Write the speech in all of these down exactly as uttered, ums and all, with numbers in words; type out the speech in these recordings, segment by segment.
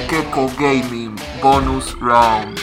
Gikeko Gaming Bonus Round.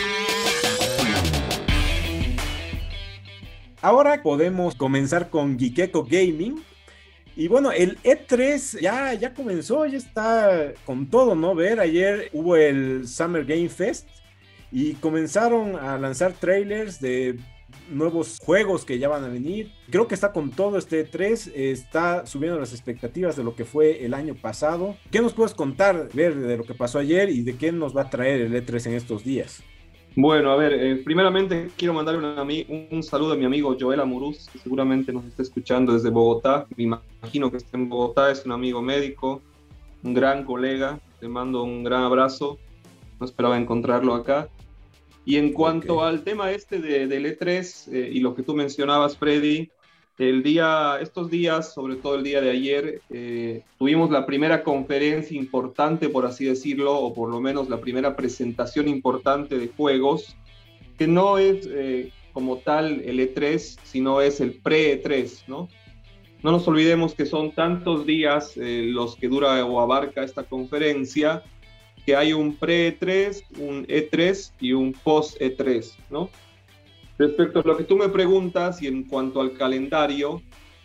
Ahora podemos comenzar con Gikeko Gaming. Y bueno, el E tres ya, ya comenzó, ya está con todo, ¿no? Ver, ayer hubo el Summer Game Fest y comenzaron a lanzar trailers de nuevos juegos que ya van a venir. Creo que está con todo este E tres, está subiendo las expectativas de lo que fue el año pasado. ¿Qué nos puedes contar, Ver, de lo que pasó ayer y de qué nos va a traer el E tres en estos días? Bueno, a ver, eh, primeramente quiero mandar una, un, un saludo a mi amigo Joel Amuruz, que seguramente nos está escuchando desde Bogotá. Me imagino que está en Bogotá, es un amigo médico, un gran colega. Le mando un gran abrazo, no esperaba encontrarlo acá. Y en cuanto okay. al tema este de, del E tres eh, y lo que tú mencionabas, Freddy, el día, estos días, sobre todo el día de ayer, eh, tuvimos la primera conferencia importante, por así decirlo, o por lo menos la primera presentación importante de juegos, que no es eh, como tal el E tres, sino es el pre-E tres, ¿no? No nos olvidemos que son tantos días eh, los que dura o abarca esta conferencia, que hay un pre-E tres, un E tres y un post-E tres, ¿no? Respecto a lo que tú me preguntas y en cuanto al calendario,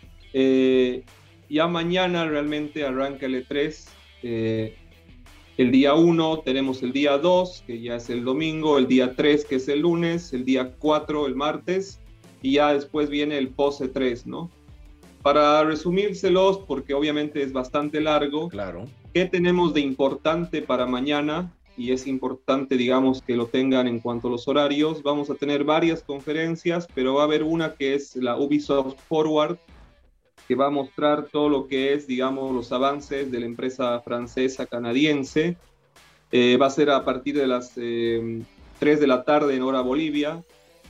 eh, ya mañana realmente arranca el E tres, eh, el día uno tenemos el día dos, que ya es el domingo, el día tres, que es el lunes, el día cuatro, el martes, y ya después viene el post-E tres, ¿no? Para resumírselos, porque obviamente es bastante largo, claro. ¿Qué tenemos de importante para mañana? Y es importante, digamos, que lo tengan en cuanto a los horarios. Vamos a tener varias conferencias, pero va a haber una que es la Ubisoft Forward, que va a mostrar todo lo que es, digamos, los avances de la empresa francesa canadiense. Eh, va a ser a partir de las eh, tres de la tarde en hora Bolivia.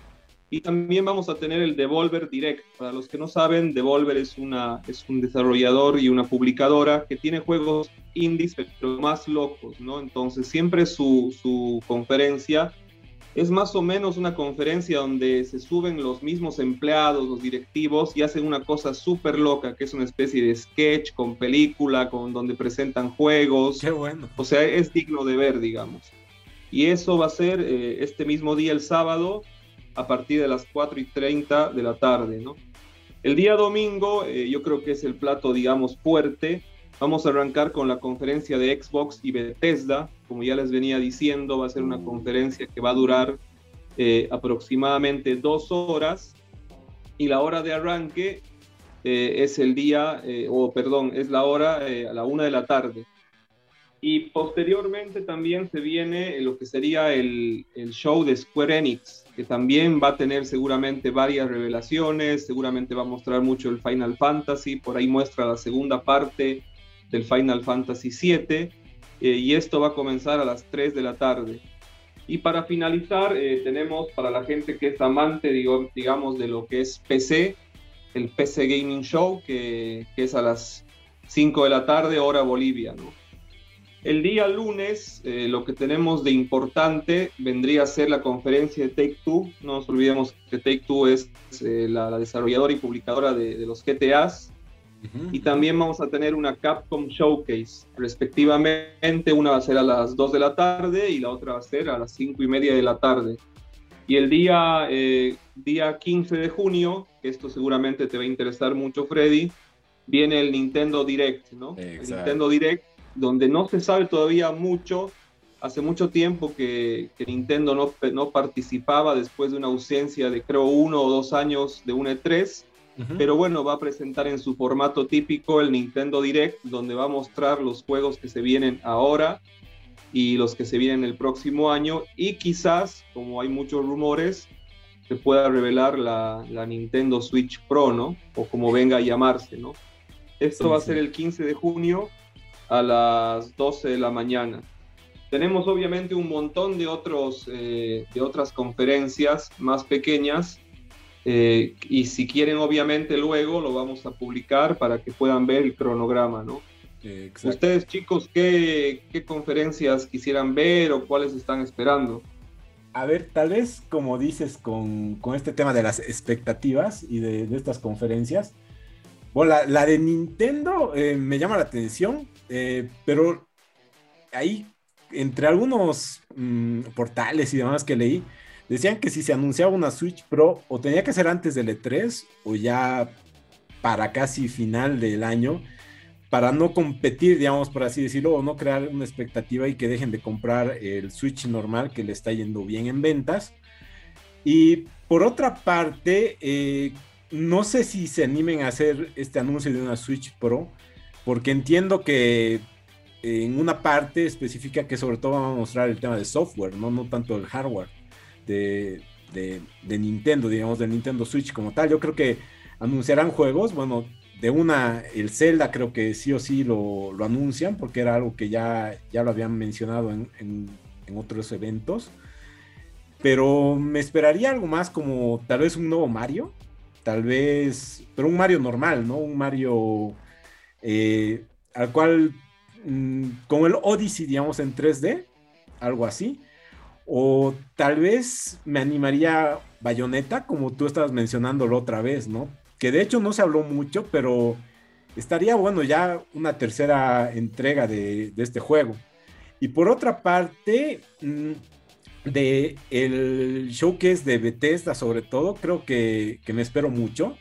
Y también vamos a tener el Devolver Direct. Para los que no saben, Devolver es, una, es un desarrollador y una publicadora que tiene juegos indies, pero más locos, ¿no? Entonces, siempre su, su conferencia es más o menos una conferencia donde se suben los mismos empleados, los directivos, y hacen una cosa súper loca, que es una especie de sketch con película, con, donde presentan juegos. ¡Qué bueno! O sea, es digno de ver, digamos. Y eso va a ser eh, este mismo día, el sábado, a partir de las cuatro y treinta de la tarde, ¿no? El día domingo, eh, yo creo que es el plato, digamos, fuerte. Vamos a arrancar con la conferencia de Xbox y Bethesda. Como ya les venía diciendo, va a ser una conferencia que va a durar eh, aproximadamente dos horas. Y la hora de arranque eh, es el día, eh, o perdón, es la hora eh, a la una de la tarde. Y posteriormente también se viene lo que sería el, el show de Square Enix, que también va a tener seguramente varias revelaciones, seguramente va a mostrar mucho el Final Fantasy, por ahí muestra la segunda parte del Final Fantasy siete, eh, y esto va a comenzar a las tres de la tarde. Y para finalizar, eh, tenemos para la gente que es amante, digo, digamos, de lo que es P C, el P C Gaming Show, que, que es a las cinco de la tarde, hora Bolivia, ¿no? El día lunes, eh, lo que tenemos de importante vendría a ser la conferencia de Take-Two. No nos olvidemos que Take-Two es eh, la, la desarrolladora y publicadora de, de los G T As. Uh-huh. Y también vamos a tener una Capcom Showcase, respectivamente. Una va a ser a las dos de la tarde y la otra va a ser a las cinco y media de la tarde. Y el día, eh, día quince de junio, que esto seguramente te va a interesar mucho, Freddy, viene el Nintendo Direct, ¿no? Exacto. El Nintendo Direct, donde no se sabe todavía mucho. Hace mucho tiempo que, que Nintendo no, no participaba después de una ausencia de creo uno o dos años de un E tres, uh-huh. Pero bueno, va a presentar en su formato típico el Nintendo Direct, donde va a mostrar los juegos que se vienen ahora y los que se vienen el próximo año, y quizás, como hay muchos rumores, se pueda revelar la, la Nintendo Switch Pro, ¿no? O como venga a llamarse, ¿no? Esto sí, va a ser sí. el quince de junio a las doce de la mañana. Tenemos obviamente un montón de, otros, eh, de otras conferencias más pequeñas, eh, y si quieren obviamente luego lo vamos a publicar para que puedan ver el cronograma, ¿no? Exacto. Ustedes, chicos, ¿qué, qué conferencias quisieran ver o cuáles están esperando? A ver, tal vez como dices con, con este tema de las expectativas y de, de estas conferencias, bueno, la, la de Nintendo eh, me llama la atención, eh, pero ahí entre algunos mmm, portales y demás que leí, decían que si se anunciaba una Switch Pro, o tenía que ser antes del E tres, o ya para casi final del año, para no competir, digamos, por así decirlo, o no crear una expectativa y que dejen de comprar el Switch normal, que le está yendo bien en ventas. Y por otra parte, eh, no sé si se animen a hacer este anuncio de una Switch Pro, porque entiendo que en una parte específica que sobre todo van a mostrar el tema de software, no, no tanto el hardware de, de, de Nintendo, digamos, de Nintendo Switch como tal. Yo creo que anunciarán juegos, bueno, de una, el Zelda creo que sí o sí lo, lo anuncian, porque era algo que ya, ya lo habían mencionado en, en, en otros eventos. Pero me esperaría algo más como tal vez un nuevo Mario, tal vez, pero un Mario normal, ¿no? Un Mario eh, al cual, mmm, como el Odyssey, digamos, en tres D, algo así. O tal vez me animaría Bayonetta, como tú estabas mencionándolo otra vez, ¿no? Que de hecho no se habló mucho, pero estaría bueno ya una tercera entrega de, de este juego. Y por otra parte, mmm, de el showcase de Bethesda sobre todo, creo que, que me espero mucho.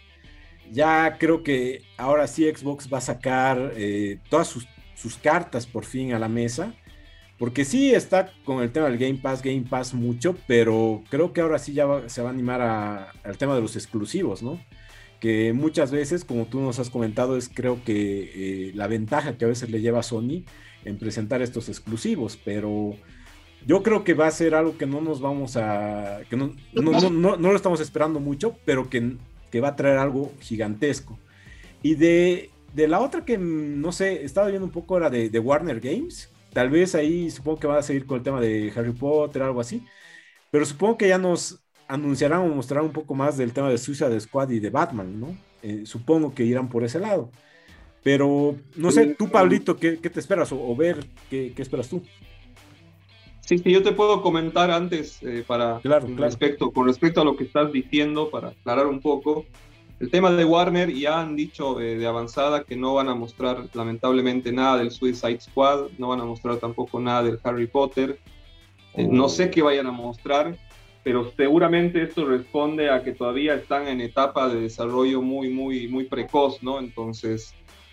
Ya creo que ahora sí Xbox va a sacar eh, todas sus, sus cartas por fin a la mesa, porque sí está con el tema del Game Pass, Game Pass mucho, pero creo que ahora sí ya va, se va a animar a, al tema de los exclusivos, ¿no? Que muchas veces, como tú nos has comentado, es creo que eh, la ventaja que a veces le lleva a Sony en presentar estos exclusivos, pero yo creo que va a ser algo que no nos vamos a... que no, no, no, no, no lo estamos esperando mucho, pero que, que va a traer algo gigantesco. Y de, de la otra que, no sé, estaba viendo un poco, era de, de Warner Games. Tal vez ahí supongo que va a seguir con el tema de Harry Potter, algo así. Pero supongo que ya nos anunciarán o mostrarán un poco más del tema de Suicide Squad y de Batman, ¿no? Eh, supongo que irán por ese lado. Pero, no sé, tú, Pablito, ¿qué, qué te esperas? O, o ver, ¿qué, qué esperas tú? Sí, sí, yo te puedo comentar antes eh, para claro, claro. Respecto, con respecto a lo que estás diciendo, para aclarar un poco. El tema de Warner, ya han dicho eh, de avanzada que no van a mostrar lamentablemente nada del Suicide Squad, no van a mostrar tampoco nada del Harry Potter. Eh, oh. No sé qué vayan a mostrar, pero seguramente esto responde a que todavía están en etapa de desarrollo muy, muy, muy precoz, ¿no? Entonces...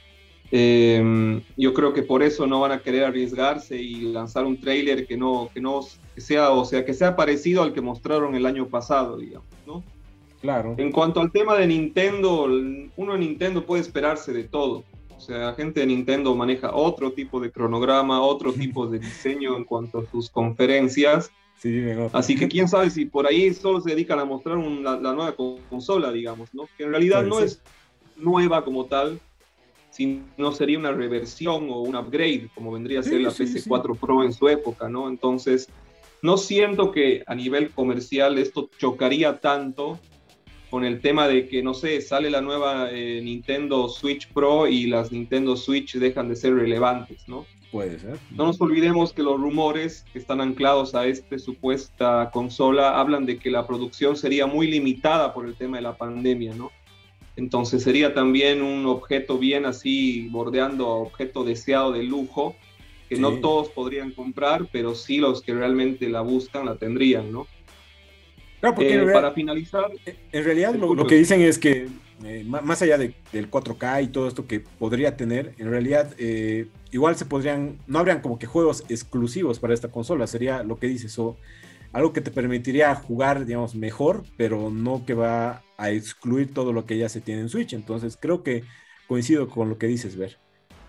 Eh, yo creo que por eso no van a querer arriesgarse y lanzar un tráiler que no, que no que sea, o sea, que sea parecido al que mostraron el año pasado, digamos, ¿no? Claro. En cuanto al tema de Nintendo, uno en Nintendo puede esperarse de todo. O sea, la gente de Nintendo maneja otro tipo de cronograma, otro tipo de diseño en cuanto a sus conferencias. Sí, así que quién sabe si por ahí solo se dedican a mostrar un, la, la nueva consola, digamos, ¿no? Que en realidad no es nueva como tal, si no sería una reversión o un upgrade, como vendría a ser sí, la sí, P S cuatro sí. Pro en su época, ¿no? Entonces, no siento que a nivel comercial esto chocaría tanto con el tema de que, no sé, sale la nueva eh, Nintendo Switch Pro y las Nintendo Switch dejan de ser relevantes, ¿no? Puede ser. No nos olvidemos que los rumores que están anclados a esta supuesta consola hablan de que la producción sería muy limitada por el tema de la pandemia, ¿no? Entonces sería también un objeto bien así, bordeando a objeto deseado de lujo, que sí. No todos podrían comprar, pero sí los que realmente la buscan la tendrían, ¿no? Claro, porque eh, en para finalizar... En realidad lo, lo que dicen es que, eh, más allá de, del cuatro K y todo esto que podría tener, en realidad eh, igual se podrían, no habrían como que juegos exclusivos para esta consola, sería lo que dices, o algo que te permitiría jugar, digamos, mejor, pero no que va a excluir todo lo que ya se tiene en Switch. Entonces creo que coincido con lo que dices, Ver.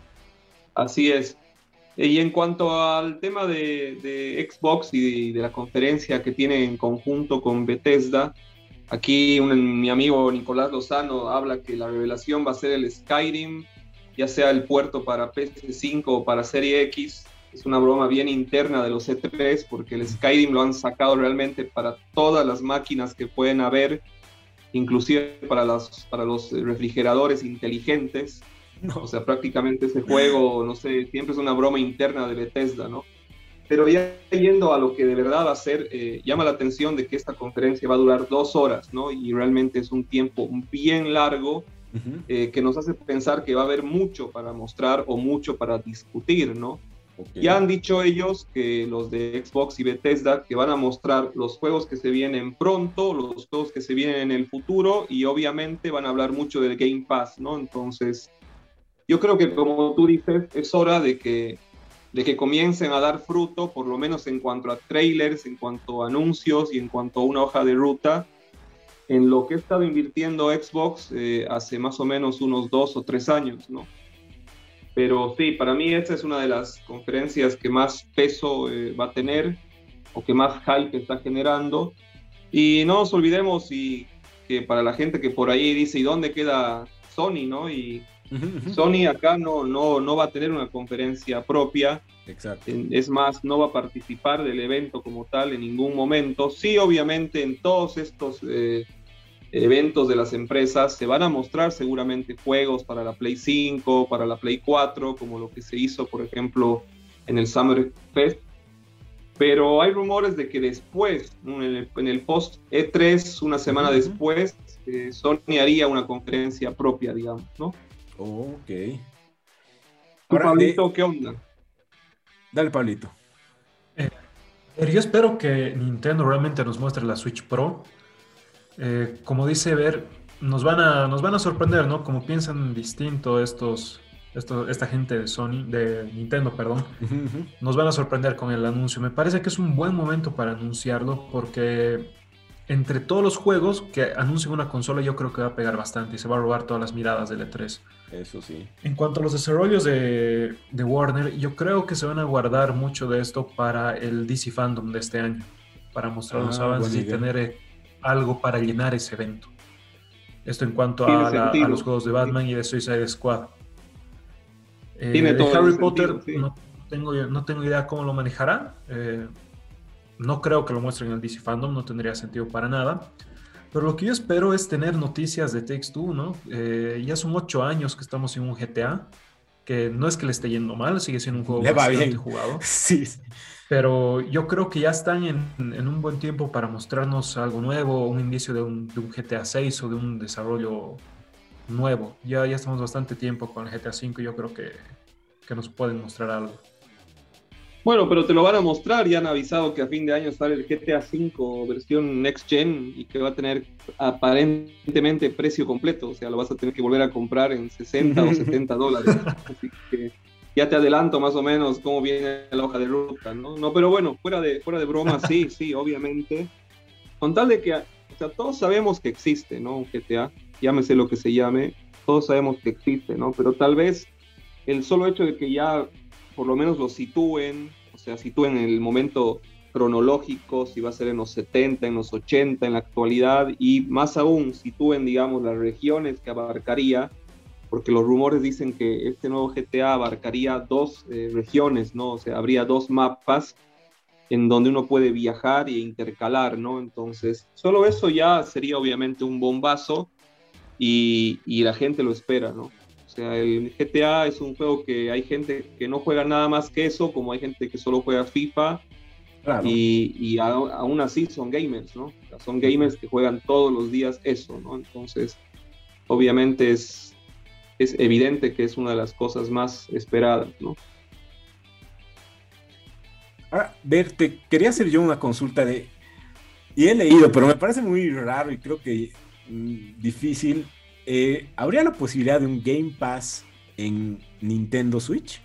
Así es. Y en cuanto al tema de, de Xbox y de, de la conferencia que tiene en conjunto con Bethesda, aquí un, mi amigo Nicolás Lozano habla que la revelación va a ser el Skyrim, ya sea el puerto para P S cinco o para Serie X. Es una broma bien interna de los E tres, porque el Skyrim lo han sacado realmente para todas las máquinas que pueden haber, inclusive para, las, para los refrigeradores inteligentes. No. O sea, prácticamente ese juego, no sé, siempre es una broma interna de Bethesda, ¿no? Pero ya yendo a lo que de verdad va a ser, eh, llama la atención de que esta conferencia va a durar dos horas, ¿no? Y realmente es un tiempo bien largo, uh-huh. eh, que nos hace pensar que va a haber mucho para mostrar o mucho para discutir, ¿no? Okay. Ya han dicho ellos que los de Xbox y Bethesda que van a mostrar los juegos que se vienen pronto, los juegos que se vienen en el futuro y obviamente van a hablar mucho del Game Pass, ¿no? Entonces, yo creo que como tú dices, es hora de que, de que comiencen a dar fruto, por lo menos en cuanto a trailers, en cuanto a anuncios y en cuanto a una hoja de ruta, en lo que ha estado invirtiendo Xbox eh, hace más o menos unos dos o tres años, ¿no? Pero sí, para mí esa es una de las conferencias que más peso eh, va a tener o que más hype está generando. Y no nos olvidemos y que para la gente que por ahí dice, ¿y dónde queda Sony, no? Y uh-huh. Sony acá no, no, no va a tener una conferencia propia. Exacto. Es más, no va a participar del evento como tal en ningún momento. Sí, obviamente en todos estos eh, eventos de las empresas se van a mostrar seguramente juegos para la Play cinco, para la Play cuatro, como lo que se hizo, por ejemplo, en el Summer Fest. Pero hay rumores de que después, en el, en el post E tres, una semana uh-huh. después, eh, Sony haría una conferencia propia, digamos, ¿no? Oh, ok. Ahora, Pablito, de... ¿qué onda? Dale, Pablito. Eh, yo espero que Nintendo realmente nos muestre la Switch Pro. Eh, como dice Ver, nos van a, nos van a sorprender, ¿no? Como piensan distinto estos, estos, esta gente de Sony, de Nintendo, perdón, uh-huh. nos van a sorprender con el anuncio. Me parece que es un buen momento para anunciarlo porque entre todos los juegos que anuncien una consola yo creo que va a pegar bastante y se va a robar todas las miradas del E tres. Eso sí. En cuanto a los desarrollos de, de Warner, yo creo que se van a guardar mucho de esto para el D C Fandom de este año, para mostrar ah, los avances y tener eh, algo para llenar ese evento. Esto en cuanto a, la, a los juegos de Batman sí. y de Suicide Squad. Eh, Tiene de todo Harry el Potter sentido, sí. no, tengo, no tengo idea cómo lo manejará. Eh, no creo que lo muestren en el D C Fandom, no tendría sentido para nada. Pero lo que yo espero es tener noticias de Takes-Two, ¿no? Eh, ya son ocho años que estamos en un G T A, que no es que le esté yendo mal, sigue siendo un juego le bastante bien. jugado. Sí, sí. Pero yo creo que ya están en, en un buen tiempo para mostrarnos algo nuevo, un indicio de un, de un G T A seis o de un desarrollo nuevo. Ya, ya estamos bastante tiempo con el G T A cinco y yo creo que, que nos pueden mostrar algo. Bueno, pero te lo van a mostrar, ya han avisado que a fin de año sale el G T A cinco versión Next Gen y que va a tener aparentemente precio completo, o sea, lo vas a tener que volver a comprar en sesenta o setenta dólares. Así que ya te adelanto más o menos cómo viene la hoja de ruta, ¿no? No, pero bueno, fuera de, fuera de broma, sí, sí, obviamente. Con tal de que, o sea, todos sabemos que existe, ¿no? Un G T A, llámese lo que se llame, todos sabemos que existe, ¿no? Pero tal vez el solo hecho de que ya por lo menos lo sitúen, o sea, sitúen en el momento cronológico, si va a ser en los setenta, en los ochenta, en la actualidad, y más aún sitúen, digamos, las regiones que abarcaría, porque los rumores dicen que este nuevo G T A abarcaría dos eh, regiones, ¿no? O sea, habría dos mapas en donde uno puede viajar e intercalar, ¿no? Entonces, solo eso ya sería obviamente un bombazo y, y la gente lo espera, ¿no? O sea, el G T A es un juego que hay gente que no juega nada más que eso, como hay gente que solo juega FIFA, claro. y, y a, aún así son gamers, ¿no? O sea, son gamers que juegan todos los días eso, ¿no? Entonces, obviamente es, es evidente que es una de las cosas más esperadas, ¿no? Ahora, Ver, te quería hacer yo una consulta de... Y he leído, pero me parece muy raro y creo que mmm, difícil... Eh, ¿Habría la posibilidad de un Game Pass en Nintendo Switch?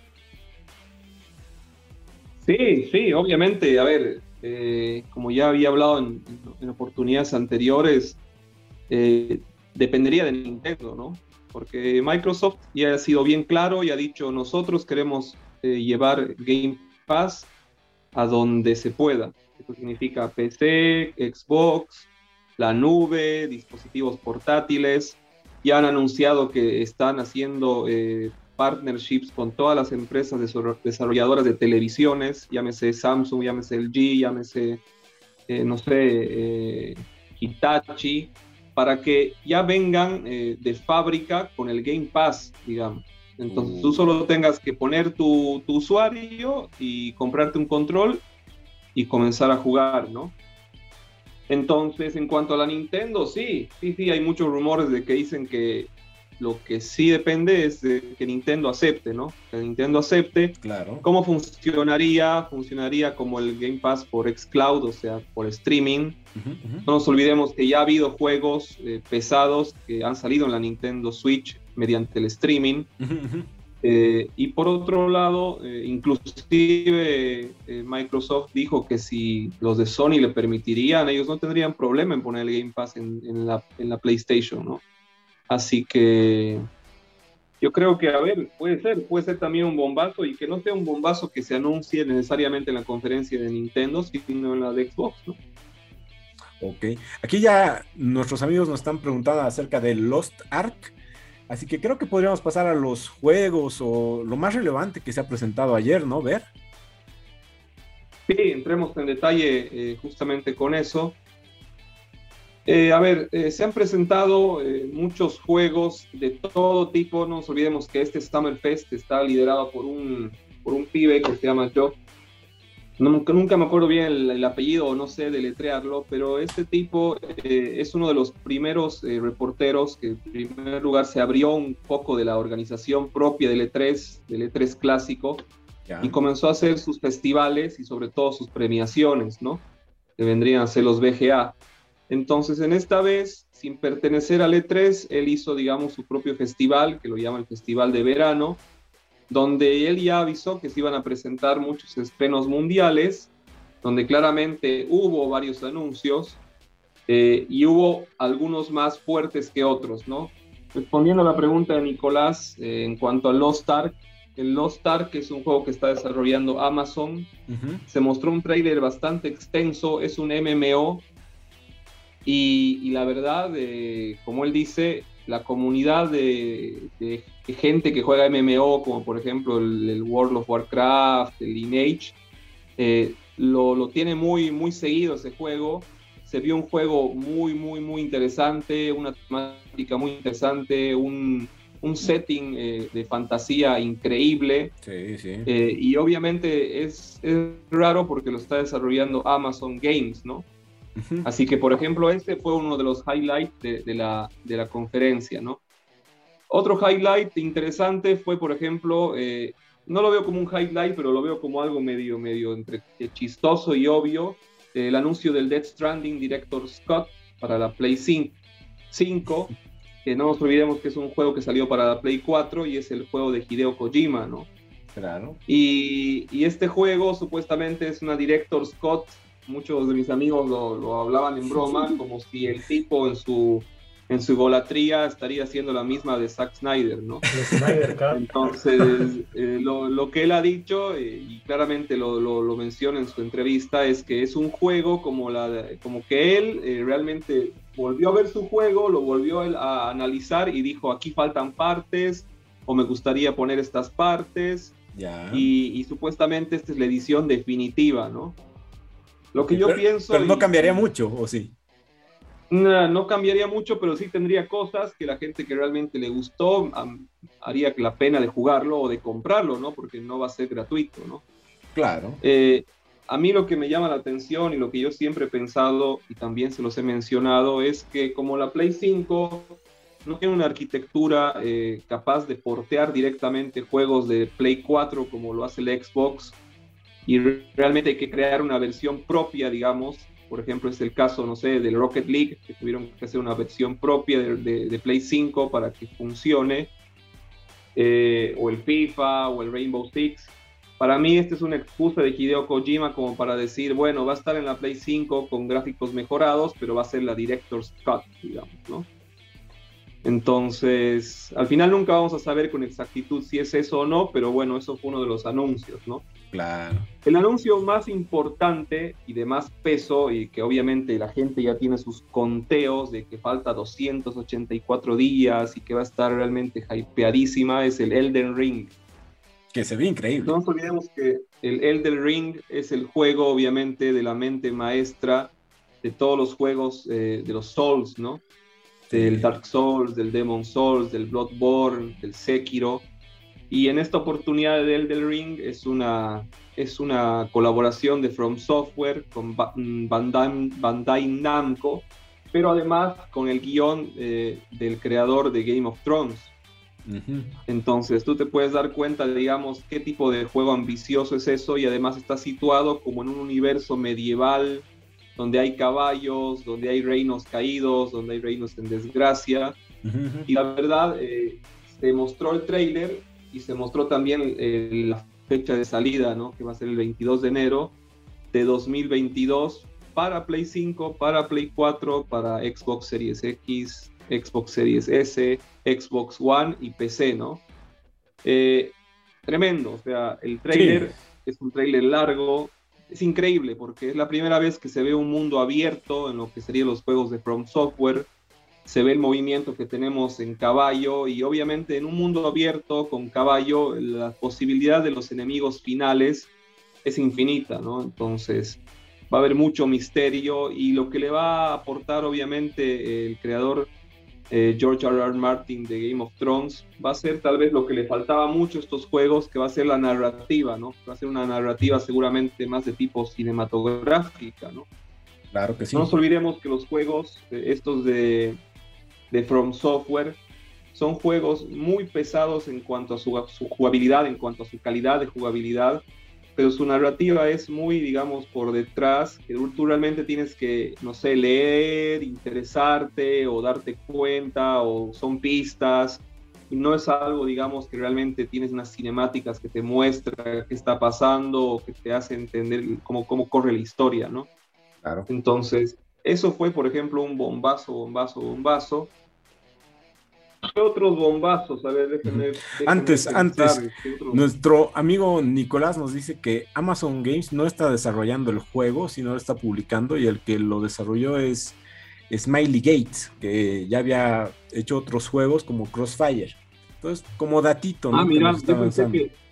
Sí, sí, obviamente. A ver, eh, como ya había hablado en, en oportunidades anteriores, eh, dependería de Nintendo, ¿no? Porque Microsoft ya ha sido bien claro y ha dicho, nosotros queremos eh, llevar Game Pass a donde se pueda. Esto significa P C, Xbox, la nube, dispositivos portátiles. Ya han anunciado que están haciendo eh, partnerships con todas las empresas desarrolladoras de televisiones, llámese Samsung, llámese L G, llámese, eh, no sé, eh, Hitachi, para que ya vengan eh, de fábrica con el Game Pass, digamos. Entonces uh. tú solo tengas que poner tu, tu usuario y comprarte un control y comenzar a jugar, ¿no? Entonces, en cuanto a la Nintendo, sí, sí, sí, hay muchos rumores de que dicen que Lo que sí depende es de que Nintendo acepte, ¿no? Que Nintendo acepte. Claro. ¿Cómo funcionaría? Funcionaría como el Game Pass por xCloud, o sea, por streaming. Uh-huh, uh-huh. No nos olvidemos que ya ha habido juegos eh, pesados que han salido en la Nintendo Switch mediante el streaming. Uh-huh, uh-huh. Eh, y por otro lado, eh, inclusive eh, Microsoft dijo que si los de Sony le permitirían, ellos no tendrían problema en poner el Game Pass en, en, la, en la PlayStation, ¿no? Así que yo creo que, a ver, puede ser, puede ser también un bombazo, y que no sea un bombazo que se anuncie necesariamente en la conferencia de Nintendo, sino en la de Xbox, ¿no? Ok, aquí ya nuestros amigos nos están preguntando acerca de Lost Ark. Así que creo que podríamos pasar a los juegos o lo más relevante que se ha presentado ayer, ¿no? Ver. Sí, entremos en detalle eh, justamente con eso. Eh, a ver, eh, se han presentado eh, muchos juegos de todo tipo. No nos olvidemos que este Summer Fest está liderado por un, por un pibe que se llama Joe. Nunca, nunca me acuerdo bien el, el apellido, o no sé deletrearlo, pero este tipo eh, es uno de los primeros eh, reporteros que en primer lugar se abrió un poco de la organización propia del E tres, del E tres clásico, ya. Y comenzó a hacer sus festivales y sobre todo sus premiaciones, ¿no? Que vendrían a ser los V G A. Entonces, en esta vez, sin pertenecer al E tres, él hizo, digamos, su propio festival, que lo llama el Festival de Verano, donde él ya avisó que se iban a presentar muchos estrenos mundiales, donde claramente hubo varios anuncios eh, y hubo algunos más fuertes que otros, ¿no? Respondiendo a la pregunta de Nicolás eh, en cuanto a Lost Ark, el Lost Ark es un juego que está desarrollando Amazon. Uh-huh. Se mostró un tráiler bastante extenso, es un M M O y, y la verdad, eh, como él dice, la comunidad de, de, de gente que juega M M O, como por ejemplo el, el World of Warcraft, el Lineage, eh, lo, lo tiene muy, muy seguido ese juego. Se vio un juego muy, muy, muy interesante, una temática muy interesante, un, un setting eh, de fantasía increíble. Sí, sí. Eh, y obviamente es, es raro porque lo está desarrollando Amazon Games, ¿no? Uh-huh. Así que, por ejemplo, este fue uno de los highlights de, de, la, de la conferencia, ¿no? Otro highlight interesante fue, por ejemplo, eh, no lo veo como un highlight, pero lo veo como algo medio, medio entre chistoso y obvio, eh, el anuncio del Death Stranding Director Scott para la Play cinco, que no nos olvidemos que es un juego que salió para la Play cuatro y es el juego de Hideo Kojima, ¿no? Claro. Y, y este juego supuestamente es una Director Scott. Muchos de mis amigos lo, lo hablaban en broma, como si el tipo en su, en su golatría estaría haciendo la misma de Zack Snyder, ¿no? Snyder Cut. Entonces, eh, lo, lo que él ha dicho, eh, y claramente lo, lo, lo menciona en su entrevista, es que es un juego como, la, como que él eh, realmente volvió a ver su juego, lo volvió a, a analizar y dijo, aquí faltan partes, o me gustaría poner estas partes, ya. y, y supuestamente esta es la edición definitiva, ¿no? Lo que yo pero, pienso... Pero no y, cambiaría mucho, ¿o sí? No, no cambiaría mucho, pero sí tendría cosas que la gente que realmente le gustó um, haría la pena de jugarlo o de comprarlo, ¿no? Porque no va a ser gratuito, ¿no? Claro. Eh, a mí lo que me llama la atención y lo que yo siempre he pensado, y también se los he mencionado, es que como la Play cinco no tiene una arquitectura eh, capaz de portear directamente juegos de Play cuatro como lo hace el Xbox, y realmente hay que crear una versión propia, digamos. Por ejemplo, es el caso, no sé, del Rocket League, que tuvieron que hacer una versión propia de, de, de Play cinco para que funcione, eh, o el FIFA, o el Rainbow Six. Para mí esta es una excusa de Hideo Kojima como para decir, bueno, va a estar en la Play cinco con gráficos mejorados, pero va a ser la Director's Cut, digamos, ¿no? Entonces, al final nunca vamos a saber con exactitud si es eso o no, pero bueno, eso fue uno de los anuncios, ¿no? Claro. El anuncio más importante y de más peso, y que obviamente la gente ya tiene sus conteos de que falta doscientos ochenta y cuatro días y que va a estar realmente hypeadísima, es el Elden Ring. Que se ve increíble. No nos olvidemos que el Elden Ring es el juego, obviamente, de la mente maestra de todos los juegos eh, de los Souls, ¿no? Del Dark Souls, del Demon Souls, del Bloodborne, del Sekiro. Y en esta oportunidad de Elden Ring es una, es una colaboración de From Software con Bandai, Bandai Namco, pero además con el guión eh, del creador de Game of Thrones, Uh-huh. Entonces tú te puedes dar cuenta, digamos, qué tipo de juego ambicioso es eso, y además está situado como en un universo medieval donde hay caballos, donde hay reinos caídos, donde hay reinos en desgracia. Uh-huh. Y la verdad, eh, se mostró el tráiler y se mostró también eh, la fecha de salida, ¿no? Que va a ser el veintidós de enero de dos mil veintidós para Play cinco, para Play cuatro, para Xbox Series X, Xbox Series S, Xbox One y P C, ¿no? Eh, tremendo, o sea, el tráiler sí. Es un tráiler largo, es increíble porque es la primera vez que se ve un mundo abierto en lo que serían los juegos de From Software. Se ve el movimiento que tenemos en caballo y obviamente en un mundo abierto con caballo la posibilidad de los enemigos finales es infinita, ¿no? Entonces va a haber mucho misterio y lo que le va a aportar obviamente el creador eh, George R. R. Martin de Game of Thrones va a ser tal vez lo que le faltaba mucho a estos juegos, que va a ser la narrativa, ¿no? Va a ser una narrativa seguramente más de tipo cinematográfica, ¿no? Claro que sí. No nos olvidemos que los juegos eh, estos de de From Software son juegos muy pesados en cuanto a su, su jugabilidad, en cuanto a su calidad de jugabilidad, pero su narrativa es muy, digamos, por detrás, que tú realmente tienes que, no sé, leer, interesarte o darte cuenta, o son pistas, y no es algo, digamos, que realmente tienes unas cinemáticas que te muestran qué está pasando o que te hace entender cómo, cómo corre la historia, ¿no? Claro. Entonces, eso fue, por ejemplo, un bombazo, bombazo, bombazo. ¿Qué otros bombazos? A ver, déjenme, déjenme Antes, pensar, antes, otros... nuestro amigo Nicolás nos dice que Amazon Games no está desarrollando el juego, sino lo está publicando, y el que lo desarrolló es Smiley Gates, que ya había hecho otros juegos como Crossfire. Entonces, como datito, ¿no? Ah, mira, que yo pensé que...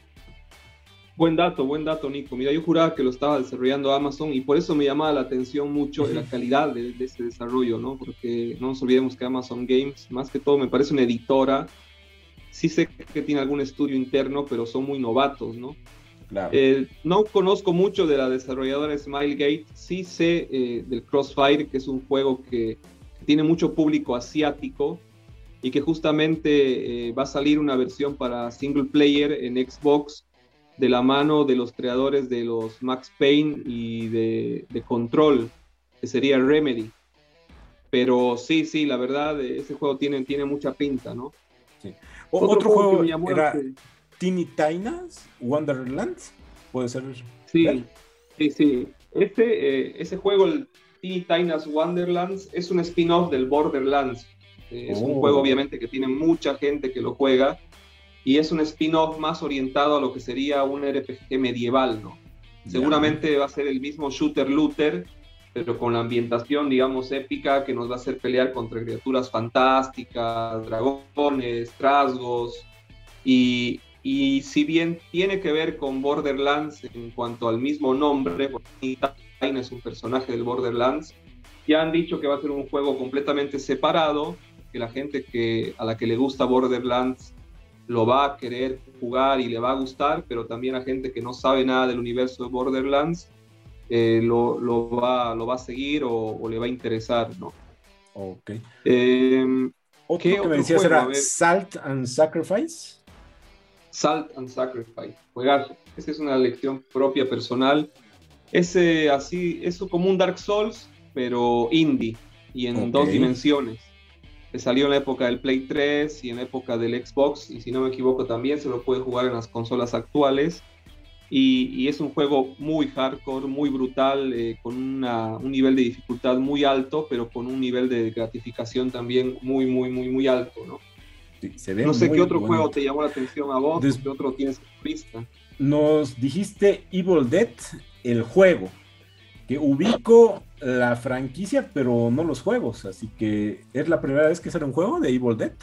Buen dato, buen dato, Nico. Mira, yo juraba que lo estaba desarrollando Amazon y por eso me llamaba la atención mucho la calidad de, de ese desarrollo, ¿no? Porque no nos olvidemos que Amazon Games, más que todo, me parece una editora. Sí sé que tiene algún estudio interno, pero son muy novatos, ¿no? Claro. Eh, no conozco mucho de la desarrolladora Smilegate. Sí sé eh, del Crossfire, que es un juego que, que tiene mucho público asiático y que justamente eh, va a salir una versión para single player en Xbox, de la mano de los creadores de los Max Payne y de, de Control, que sería Remedy. Pero sí, sí, la verdad, ese juego tiene, tiene mucha pinta, ¿no? Sí. O, otro, otro juego, juego que me llamó era que... Tiny Tina's Wonderlands, ¿puede ser? Sí, ¿ver? sí, sí. Ese, eh, ese juego, el Tiny Tina's Wonderlands, es un spin-off del Borderlands. Eh, es oh. un juego, obviamente, que tiene mucha gente que lo juega, y es un spin-off más orientado a lo que sería un R P G medieval, ¿no? Yeah. Seguramente va a ser el mismo shooter-looter, pero con la ambientación, digamos, épica, que nos va a hacer pelear contra criaturas fantásticas, dragones, trasgos, y, y si bien tiene que ver con Borderlands en cuanto al mismo nombre, porque Tiny es un personaje del Borderlands, ya han dicho que va a ser un juego completamente separado, que la gente que, a la que le gusta Borderlands lo va a querer jugar y le va a gustar, pero también a gente que no sabe nada del universo de Borderlands eh, lo, lo, va, lo va a seguir o, o le va a interesar, ¿no? Ok. Eh, ¿Otro que me decías era Salt and Sacrifice? Salt and Sacrifice, juegazo. Esa es una lección propia personal. Ese así, eso como un Dark Souls, pero indie y en okay. dos dimensiones. Que salió en la época del Play tres y en la época del Xbox, y si no me equivoco también se lo puede jugar en las consolas actuales, y, y es un juego muy hardcore, muy brutal, eh, con una, un nivel de dificultad muy alto, pero con un nivel de gratificación también muy, muy, muy, muy alto, ¿no? Sí, se ve no sé muy qué otro bueno. juego te llamó la atención a vos, Des... ¿qué otro tienes en tu lista? Nos dijiste Evil Dead, el juego, que ubico la franquicia, pero no los juegos, así que ¿es la primera vez que sale un juego de Evil Dead?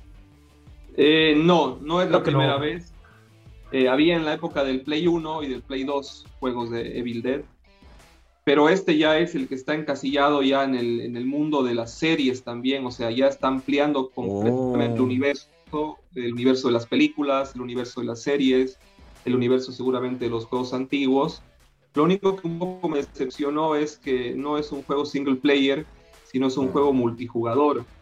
Eh, no, no es Creo la primera no. vez. Eh, había en la época del Play uno y del Play dos juegos de Evil Dead, pero este ya es el que está encasillado ya en el, en el mundo de las series también, o sea, ya está ampliando completamente oh. el universo, el universo de las películas, el universo de las series, el universo seguramente de los juegos antiguos. Lo único que un poco me decepcionó es que no es un juego single player, sino es un juego multijugador.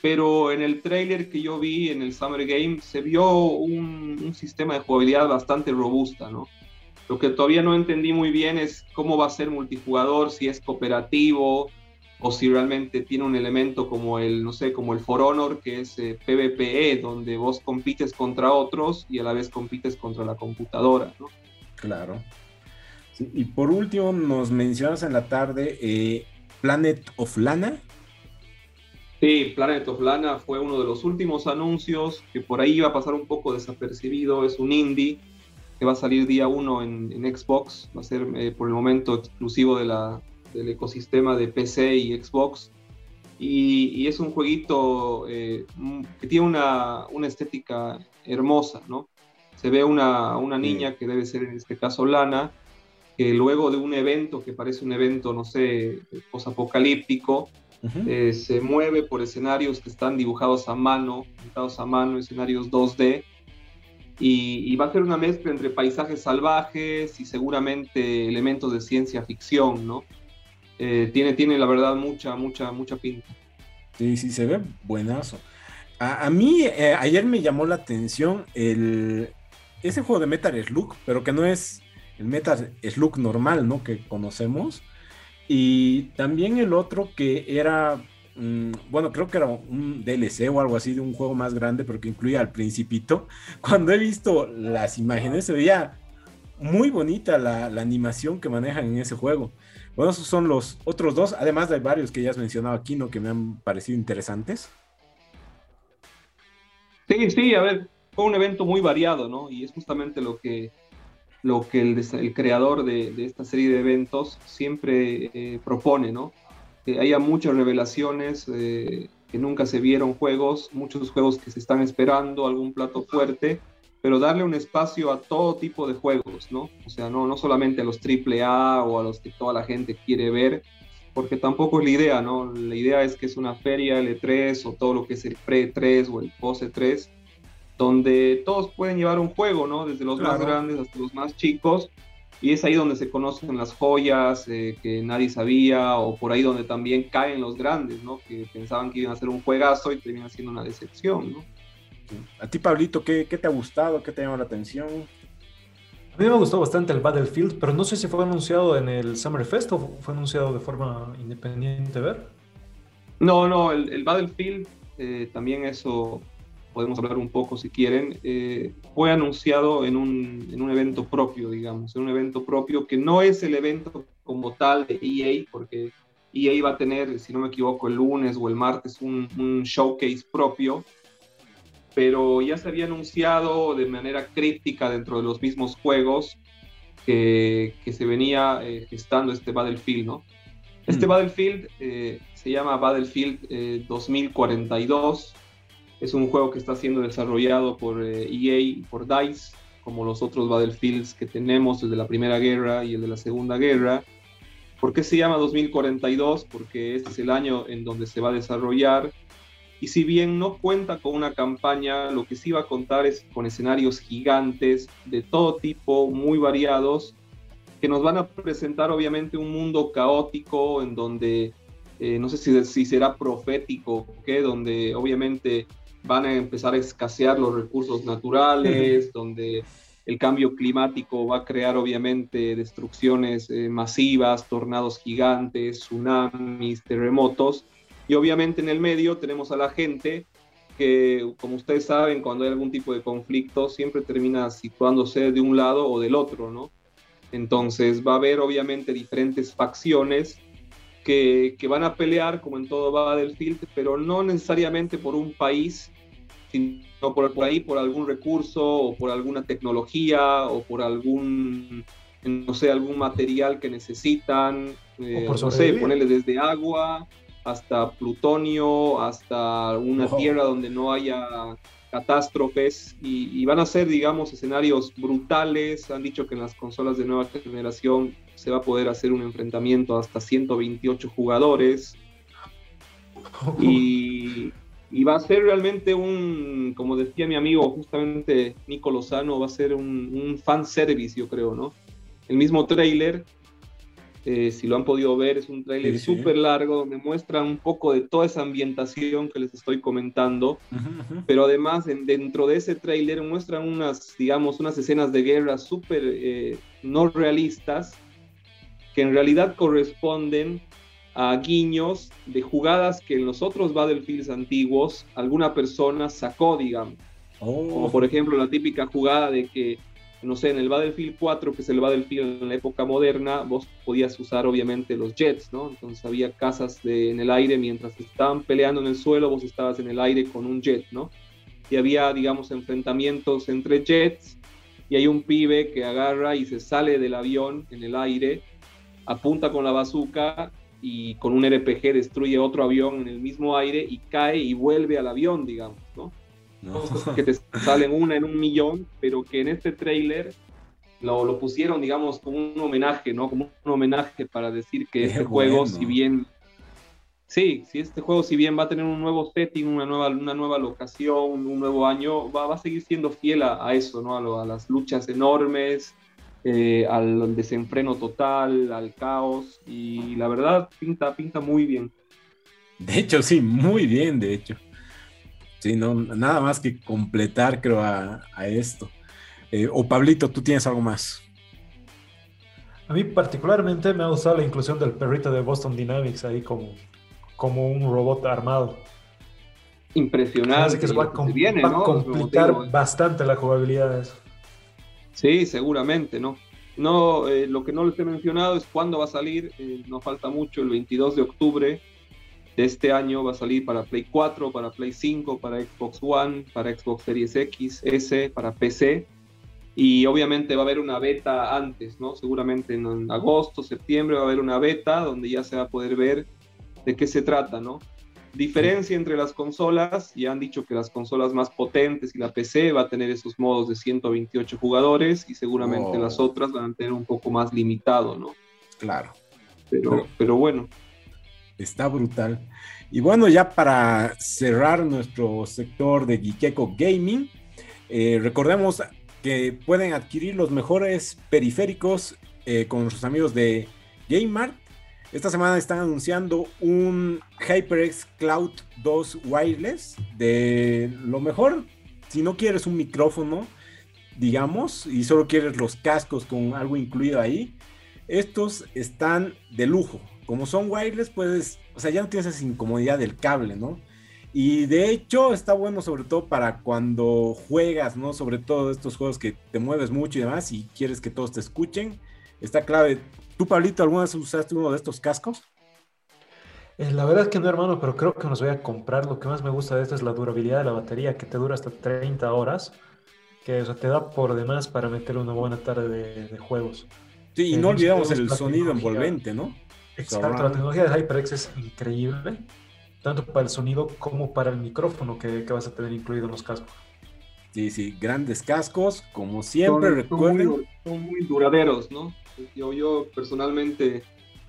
pero en el tráiler que yo vi en el Summer Game se vio un, un sistema de jugabilidad bastante robusta, ¿no? Lo que todavía no entendí muy bien es cómo va a ser multijugador, si es cooperativo o si realmente tiene un elemento como el, no sé, como el For Honor, que es eh, PvPe, donde vos compites contra otros y a la vez compites contra la computadora, ¿no? Claro. Sí, y por último nos mencionas en la tarde eh, Planet of Lana. Sí, Planet of Lana fue uno de los últimos anuncios que por ahí iba a pasar un poco desapercibido. Es un indie que va a salir día uno en, en Xbox. Va a ser eh, por el momento exclusivo de la, del ecosistema de P C y Xbox. Y, y es un jueguito eh, que tiene una, una estética hermosa, ¿no? Se ve una, una niña que debe ser en este caso Lana, que luego de un evento que parece un evento, no sé, posapocalíptico, Uh-huh. Eh, se mueve por escenarios que están dibujados a mano, pintados a mano, escenarios dos D, y, y va a ser una mezcla entre paisajes salvajes y seguramente elementos de ciencia ficción, ¿no? Eh, tiene, tiene la verdad mucha, mucha, mucha pinta. Sí, sí, se ve buenazo. A, a mí eh, ayer me llamó la atención el, ese juego de Metal Slug, pero que no es el Metal Slug normal, ¿no? Que conocemos. Y también el otro que era, mmm, bueno, creo que era un D L C o algo así de un juego más grande, pero que incluía al Principito. Cuando he visto las imágenes se veía muy bonita la, la animación que manejan en ese juego. Bueno, esos son los otros dos, además de varios que ya has mencionado aquí, ¿no? Que me han parecido interesantes. Sí, sí, a ver, fue un evento muy variado, ¿no? Y es justamente lo que... lo que el, el creador de, de esta serie de eventos siempre eh, propone, ¿no? Que haya muchas revelaciones, eh, que nunca se vieron juegos, muchos juegos que se están esperando, algún plato fuerte, pero darle un espacio a todo tipo de juegos, ¿no? O sea, no, no solamente a los triple A o a los que toda la gente quiere ver, porque tampoco es la idea, ¿no? La idea es que es una feria, el E tres o todo lo que es el pre-E tres o el post-E tres, donde todos pueden llevar un juego, ¿no? Desde los claro. más grandes hasta los más chicos, y es ahí donde se conocen las joyas eh, que nadie sabía, o por ahí donde también caen los grandes, ¿no? Que pensaban que iban a hacer un juegazo y terminan siendo una decepción, ¿no? A ti, Pablito, ¿qué, qué te ha gustado? ¿Qué te llama la atención? A mí me gustó bastante el Battlefield, pero no sé si fue anunciado en el Summer Fest o fue anunciado de forma independiente, ¿ver? No, no, el, el Battlefield, eh, también eso... podemos hablar un poco si quieren, eh, fue anunciado en un, en un evento propio, digamos, en un evento propio que no es el evento como tal de E A, porque E A va a tener, si no me equivoco, el lunes o el martes un, un showcase propio, pero ya se había anunciado de manera críptica dentro de los mismos juegos que, que se venía eh, gestando este Battlefield, ¿no? Este mm. Battlefield eh, se llama Battlefield eh, dos mil cuarenta y dos. Es un juego que está siendo desarrollado por eh, E A y por DICE, como los otros Battlefields que tenemos, el de la Primera Guerra y el de la Segunda Guerra. ¿Por qué se llama dos mil cuarenta y dos? Porque este es el año en donde se va a desarrollar. Y si bien no cuenta con una campaña, lo que sí va a contar es con escenarios gigantes de todo tipo, muy variados, que nos van a presentar obviamente un mundo caótico en donde, eh, no sé si, si será profético o qué, donde obviamente van a empezar a escasear los recursos naturales, uh-huh. donde el cambio climático va a crear obviamente destrucciones eh, masivas, tornados gigantes, tsunamis, terremotos, y obviamente en el medio tenemos a la gente que, como ustedes saben, cuando hay algún tipo de conflicto siempre termina situándose de un lado o del otro, ¿no? Entonces va a haber obviamente diferentes facciones Que, que van a pelear como en todo Battlefield, pero no necesariamente por un país, sino por, por ahí por algún recurso o por alguna tecnología o por algún, no sé, algún material que necesitan, eh, no sé, ponerle desde agua hasta plutonio, hasta una oh. tierra donde no haya catástrofes, y, y van a ser, digamos, escenarios brutales. Han dicho que en las consolas de nueva generación se va a poder hacer un enfrentamiento hasta ciento veintiocho jugadores, y, y va a ser realmente un, como decía mi amigo justamente Nico Lozano, va a ser un, un fanservice, yo creo, ¿no? El mismo tráiler Eh, si lo han podido ver, es un tráiler Sí, sí. súper largo donde muestran un poco de toda esa ambientación que les estoy comentando, Ujú, ujú. pero además en, dentro de ese tráiler muestran unas, digamos, unas escenas de guerra súper eh, no realistas que en realidad corresponden a guiños de jugadas que en los otros Battlefields antiguos alguna persona sacó, digamos. Oh, Como por ejemplo la típica jugada de que, no sé, en el Battlefield cuatro, que es el Battlefield en la época moderna, vos podías usar obviamente los jets, ¿no? Entonces había cazas de, en el aire mientras estaban peleando en el suelo, vos estabas en el aire con un jet, ¿no? Y había, digamos, enfrentamientos entre jets y hay un pibe que agarra y se sale del avión en el aire, apunta con la bazooka y con un R P G destruye otro avión en el mismo aire y cae y vuelve al avión, digamos, ¿no? no. Cosas que te salen una en un millón, pero que en este tráiler lo, lo pusieron, digamos, como un homenaje, ¿no? Como un homenaje para decir que Qué este juego, bueno. si bien... Sí, sí, este juego, si bien va a tener un nuevo setting, una nueva, una nueva locación, un nuevo año, va, va a seguir siendo fiel a, a eso, ¿no? A, lo, a las luchas enormes, eh, al desenfreno total, al caos, y la verdad pinta, pinta muy bien. De hecho, sí, muy bien, de hecho. Sí, no, nada más que completar, creo, a, a esto. Eh, o Pablito, ¿tú tienes algo más? A mí particularmente me ha gustado la inclusión del perrito de Boston Dynamics ahí como, como un robot armado. Así Impresionante, que se y va lo a, que se com- viene, va a ¿no? Como te complicar digo, bastante la jugabilidad de eso. sí, seguramente, ¿no? No, eh, lo que no les he mencionado es cuándo va a salir, eh, no falta mucho, el veintidós de octubre de este año va a salir para Play cuatro, para Play cinco, para Xbox One, para Xbox Series X, S, para P C, y obviamente va a haber una beta antes, ¿no? Seguramente en, en agosto, septiembre va a haber una beta donde ya se va a poder ver de qué se trata, ¿no? Diferencia entre las consolas, ya han dicho que las consolas más potentes y la P C va a tener esos modos de ciento veintiocho jugadores y seguramente Wow. las otras van a tener un poco más limitado, ¿no? Claro, Pero, Pero- pero bueno, está brutal. Y bueno, ya para cerrar nuestro sector de Gikeko Gaming, eh, recordemos que pueden adquirir los mejores periféricos eh, con nuestros amigos de GameMart. Esta semana están anunciando un HyperX Cloud dos Wireless de lo mejor. Si no quieres un micrófono, digamos, y solo quieres los cascos con algo incluido ahí, estos están de lujo. Como son wireless, puedes, o sea, ya no tienes esa incomodidad del cable, ¿no? Y de hecho está bueno sobre todo para cuando juegas, ¿no? Sobre todo estos juegos que te mueves mucho y demás y quieres que todos te escuchen. Está clave. ¿Tú, Pablito, alguna vez usaste uno de estos cascos? Eh, la verdad es que no, hermano, pero creo que nos voy a comprar. Lo que más me gusta de esto es la durabilidad de la batería, que te dura hasta treinta horas, que o sea, te da por demás para meterle una buena tarde de, de juegos. Sí, y Eh, no no sé si olvidamos tenemos el la sonido tecnología. envolvente, ¿no? Exacto, la Surround. tecnología de HyperX es increíble, tanto para el sonido como para el micrófono que, que vas a tener incluido en los cascos. Sí, sí, grandes cascos, como siempre, son, son recuerden. muy, son muy duraderos, ¿no? Yo, yo personalmente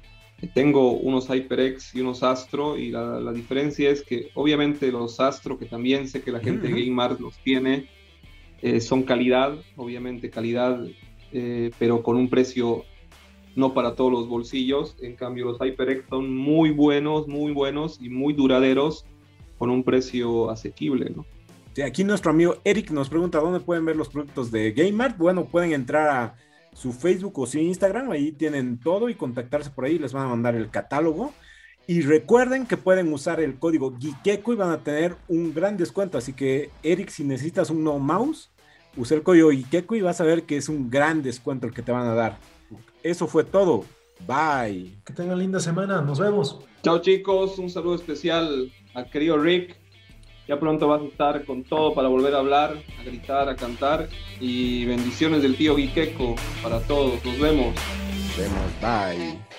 tengo unos HyperX y unos Astro y la, la diferencia es que obviamente los Astro, que también sé que la gente Ujú. de GameMart los tiene, eh, son calidad, obviamente calidad, eh, pero con un precio no para todos los bolsillos. En cambio los HyperX son muy buenos, muy buenos y muy duraderos con un precio asequible, ¿no? Sí, aquí nuestro amigo Eric nos pregunta dónde pueden ver los productos de GameMart. Bueno, pueden entrar a su Facebook o su Instagram, ahí tienen todo y contactarse por ahí, les van a mandar el catálogo. Y recuerden que pueden usar el código Gikeko y van a tener un gran descuento. Así que, Eric, si necesitas un nuevo mouse, usa el código Gikeko y vas a ver que es un gran descuento el que te van a dar. Eso fue todo. Bye. Que tengan linda semana, nos vemos. Chao chicos, un saludo especial al querido Rick. Ya pronto vas a estar con todo para volver a hablar, a gritar, a cantar. Y bendiciones del tío Gikeko para todos. Nos vemos. Nos vemos. Bye.